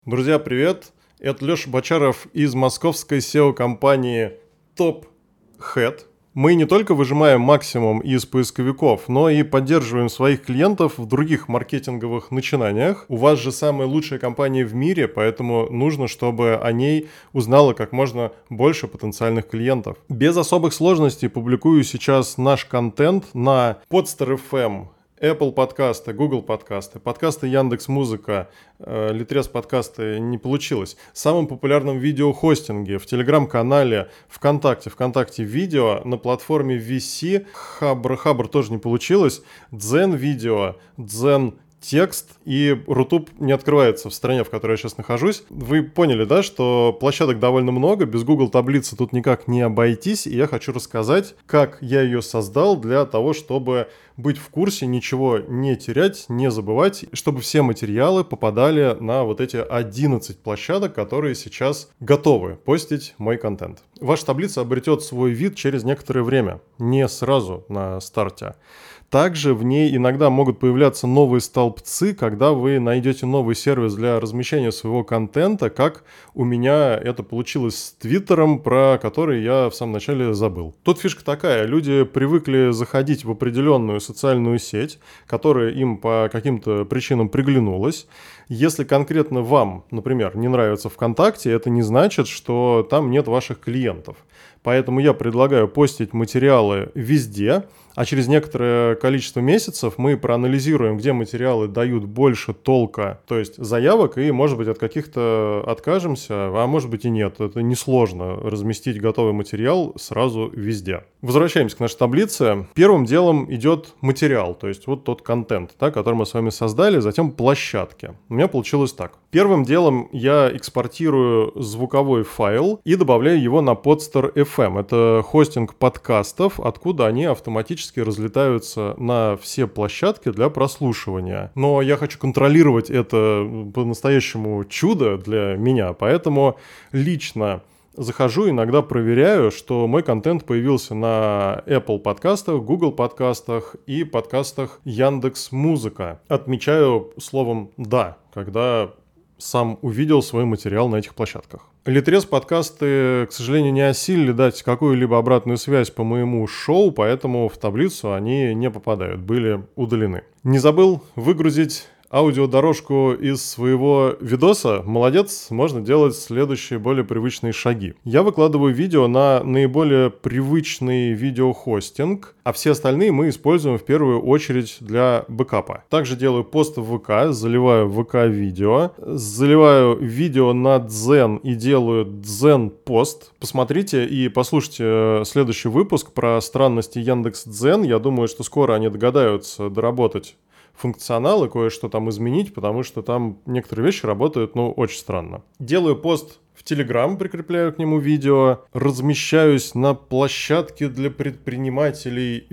Друзья, привет! Это Леша Бочаров из московской SEO-компании Top Hat. Мы не только выжимаем максимум из поисковиков, но и поддерживаем своих клиентов в других маркетинговых начинаниях. У вас же самая лучшая компания в мире, поэтому нужно, чтобы о ней узнало как можно больше потенциальных клиентов. Без особых сложностей публикую сейчас наш контент на Podster.fm, Apple подкасты, Google подкасты Яндекс.Музыка, Литрес подкасты не получилось. В самом популярном видеохостинге, в Телеграм-канале, ВКонтакте видео, на платформе VC, Хабр тоже не получилось, Дзен видео, Дзен текст, и Рутуб не открывается в стране, в которой я сейчас нахожусь. Вы поняли, да, что площадок довольно много, без Google таблицы тут никак не обойтись, и я хочу рассказать, как я ее создал для того, чтобы быть в курсе, ничего не терять, не забывать, чтобы все материалы попадали на вот эти 11 площадок, которые сейчас готовы постить мой контент. Ваша таблица обретет свой вид через некоторое время, не сразу на старте. Также в ней иногда могут появляться новые столбцы, когда вы найдете новый сервис для размещения своего контента, как у меня это получилось с Твиттером, про который я в самом начале забыл. Тут фишка такая, люди привыкли заходить в определенную социальную сеть, которая им по каким-то причинам приглянулась. Если конкретно вам, например, не нравится ВКонтакте, это не значит, что там нет ваших клиентов. Поэтому я предлагаю постить материалы везде, а через некоторое количество месяцев мы проанализируем, где материалы дают больше толка, то есть заявок, и, может быть, от каких-то откажемся, а может быть и нет. Это несложно разместить готовый материал сразу везде. Возвращаемся к нашей таблице. Первым делом идет материал, то есть вот тот контент, да, который мы с вами создали, затем площадки. У меня получилось так. Первым делом я экспортирую звуковой файл и добавляю его на Podster.fm. Это хостинг подкастов, откуда они автоматически разлетаются на все площадки для прослушивания. Но я хочу контролировать это по-настоящему чудо для меня, поэтому лично захожу, иногда проверяю, что мой контент появился на Apple подкастах, Google подкастах и подкастах Яндекс.Музыка. Отмечаю словом «да», когда сам увидел свой материал на этих площадках. Литрес подкасты, к сожалению, не осилили дать какую-либо обратную связь по моему шоу, поэтому в таблицу они не попадают, были удалены. Не забыл выгрузить аудиодорожку из своего видоса? Молодец, можно делать следующие более привычные шаги. Я выкладываю видео на наиболее привычный видеохостинг, а все остальные мы используем в первую очередь для бэкапа. Также делаю пост в ВК, заливаю ВК-видео, заливаю видео на Дзен и делаю Дзен-пост. Посмотрите и послушайте следующий выпуск про странности Яндекс.Дзен. Я думаю, что скоро они догадаются доработать функционал и кое-что там изменить, потому что там некоторые вещи работают, очень странно. Делаю пост в Telegram, прикрепляю к нему видео, размещаюсь на площадке для предпринимателей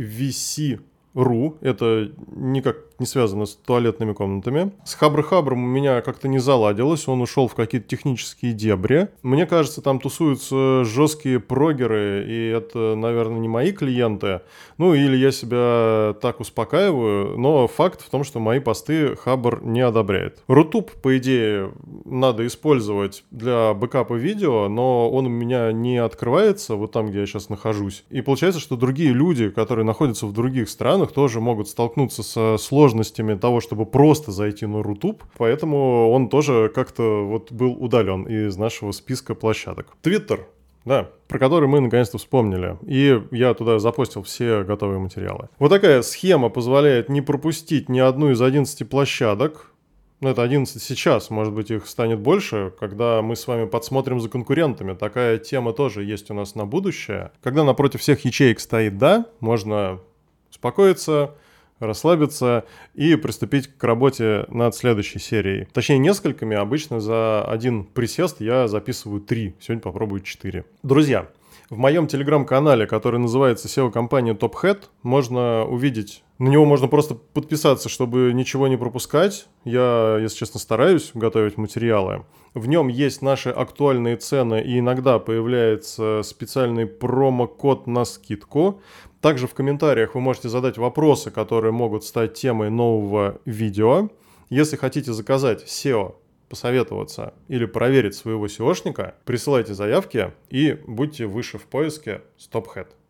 VC.ru. Это никак не связано с туалетными комнатами. С Хабром у меня как-то не заладилось, он ушел в какие-то технические дебри. Мне кажется, там тусуются жесткие прогеры, и это, наверное, не мои клиенты. Или я себя так успокаиваю, но факт в том, что мои посты Хабр не одобряет. Рутуб, по идее, надо использовать для бэкапа видео, но он у меня не открывается, вот там, где я сейчас нахожусь. И получается, что другие люди, которые находятся в других странах, тоже могут столкнуться со сложностями того, чтобы просто зайти на Рутуб, поэтому он тоже как-то был удален из нашего списка площадок. Твиттер, да, про который мы наконец-то вспомнили, и я туда запостил все готовые материалы. Вот такая схема позволяет не пропустить ни одну из 11 площадок. Это 11 сейчас, может быть, их станет больше, когда мы с вами подсмотрим за конкурентами. Такая тема тоже есть у нас на будущее. Когда напротив всех ячеек стоит «да», можно успокоиться, расслабиться и приступить к работе над следующей серией. Точнее, несколькими. Обычно за один присест я записываю 3. Сегодня попробую 4. Друзья, в моем телеграм-канале, который называется SEO-компания Top Hat, можно увидеть... На него можно просто подписаться, чтобы ничего не пропускать. Я, если честно, стараюсь готовить материалы. В нем есть наши актуальные цены, и иногда появляется специальный промокод на скидку. Также в комментариях вы можете задать вопросы, которые могут стать темой нового видео. Если хотите заказать SEO посоветоваться или проверить своего SEOшника, присылайте заявки и будьте выше в поиске с Top Hat.